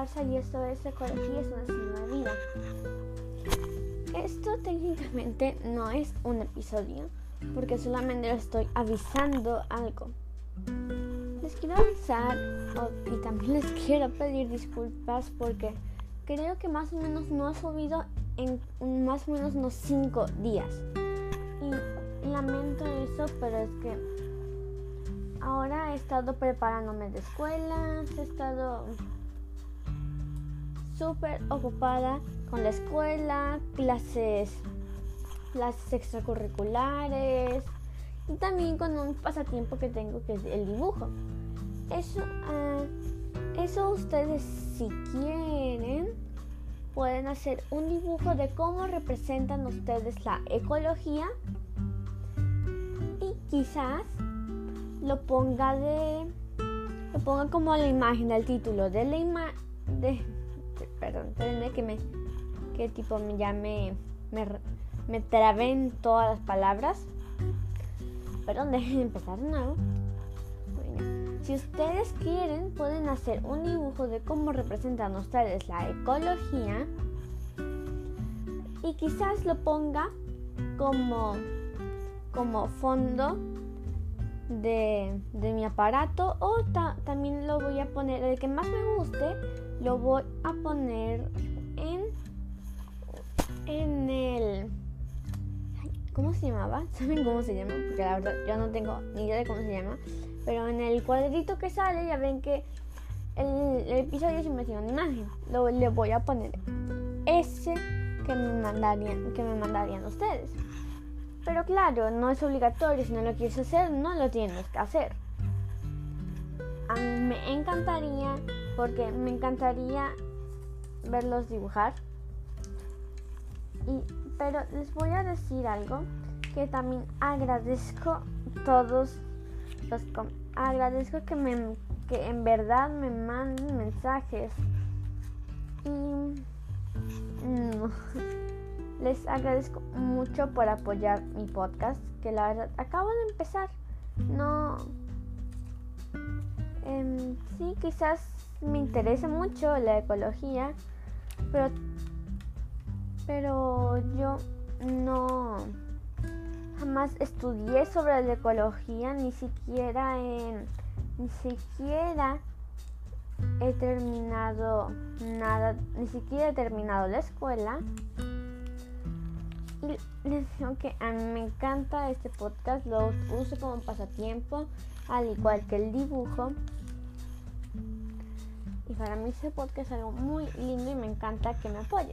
pasa y esto es ecología, es un estilo de vida. Esto técnicamente no es un episodio porque solamente les estoy avisando algo. Les quiero avisar y también les quiero pedir disculpas porque creo que más o menos no he subido en más o menos unos 5 días. Y lamento eso, pero es que ahora he estado preparándome de escuela, he estado súper ocupada con la escuela, clases extracurriculares y también con un pasatiempo que tengo que es el dibujo. Eso ustedes, si quieren, pueden hacer un dibujo de cómo representan ustedes la ecología y quizás lo ponga como la imagen del título de la perdón, que tipo me trabé en todas las palabras. Perdón, dejen empezar de nuevo. Bueno, si ustedes quieren, pueden hacer un dibujo de cómo representan ustedes la ecología y quizás lo ponga como fondo de mi aparato, o también lo voy a poner, el que más me guste lo voy a poner en el... ¿Cómo se llamaba? ¿Saben cómo se llama? Porque la verdad yo no tengo ni idea de cómo se llama, pero en el cuadrito que sale ya ven que el episodio siempre tiene una imagen. Le voy a poner ese que me mandarían ustedes. Pero claro, no es obligatorio. Si no lo quieres hacer, no lo tienes que hacer. A mí me encantaría, porque me encantaría verlos dibujar. Pero les voy a decir algo que también agradezco agradezco que en verdad me manden mensajes y les agradezco mucho por apoyar mi podcast, que la verdad acabo de empezar. Sí, quizás me interesa mucho la ecología, pero yo no jamás estudié sobre la ecología, ni siquiera he terminado nada, ni siquiera he terminado la escuela. Y les digo que a mí me encanta este podcast, lo uso como pasatiempo, al igual que el dibujo. Y para mí este podcast es algo muy lindo y me encanta que me apoyen.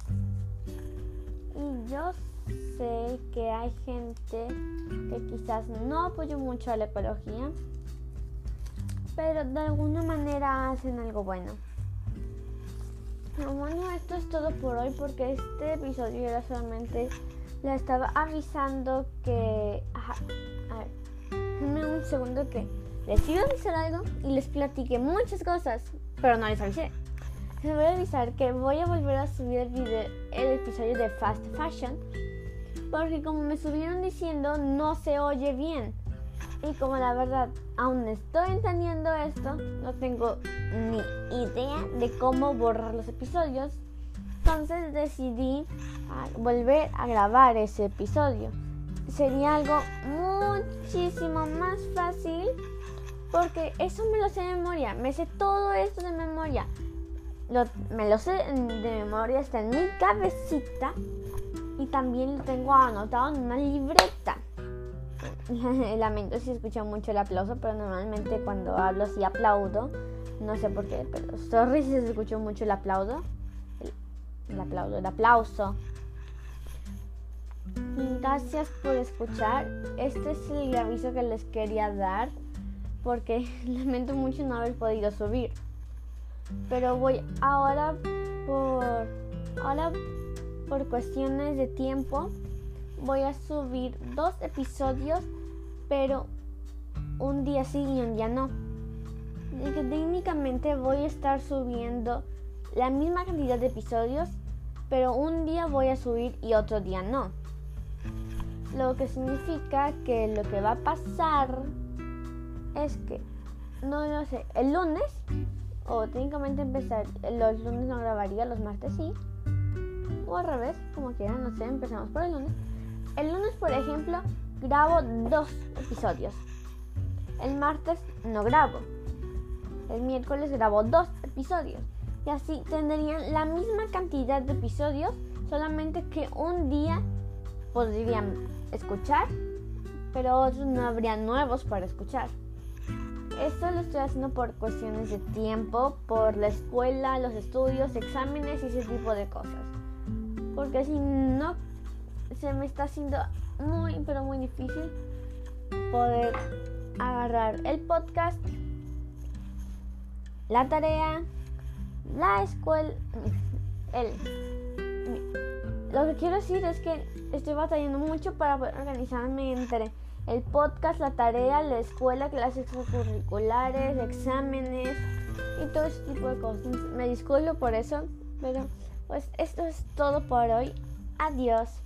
Y yo sé que hay gente que quizás no apoya mucho a la ecología, pero de alguna manera hacen algo bueno. Pero bueno, esto es todo por hoy, porque este episodio era solamente... Les estaba avisando que... A ver, denme un segundo que les iba a avisar algo y les platiqué muchas cosas, pero no les avisé. Les voy a avisar que voy a volver a subir el episodio de Fast Fashion, porque como me subieron diciendo, no se oye bien. Y como la verdad aún estoy entendiendo esto, no tengo ni idea de cómo borrar los episodios. Entonces decidí volver a grabar ese episodio. Sería algo muchísimo más fácil, porque eso me lo sé de memoria. Me sé todo esto de memoria. Me lo sé de memoria, está en mi cabecita. Y también lo tengo anotado en una libreta. Lamento si escuchan mucho el aplauso, pero normalmente cuando hablo así aplaudo. No sé por qué, pero sorry si se escuchó mucho el aplauso. Gracias por escuchar. Este es el aviso que les quería dar, porque lamento mucho no haber podido subir. Pero voy ahora por cuestiones de tiempo, voy a subir 2 episodios, pero un día sí y un día no. Y que técnicamente voy a estar subiendo la misma cantidad de episodios, pero un día voy a subir y otro día no. Lo que significa que lo que va a pasar es que, no lo sé, el lunes o técnicamente empezar los lunes no grabaría, los martes sí, o al revés, como quieran, no sé, empezamos por el lunes. El lunes, por ejemplo, grabo 2 episodios. El martes no grabo. El miércoles grabo 2 episodios. Y así tendrían la misma cantidad de episodios, solamente que un día podrían escuchar, pero otros no habría nuevos para escuchar. Esto lo estoy haciendo por cuestiones de tiempo, por la escuela, los estudios, exámenes y ese tipo de cosas. Porque si no, se me está haciendo muy, pero muy difícil poder agarrar el podcast, la tarea, la escuela. Lo que quiero decir es que estoy batallando mucho para poder organizarme entre el podcast, la tarea, la escuela, clases curriculares, exámenes y todo ese tipo de cosas. Me disculpo por eso, pero pues esto es todo por hoy. Adiós.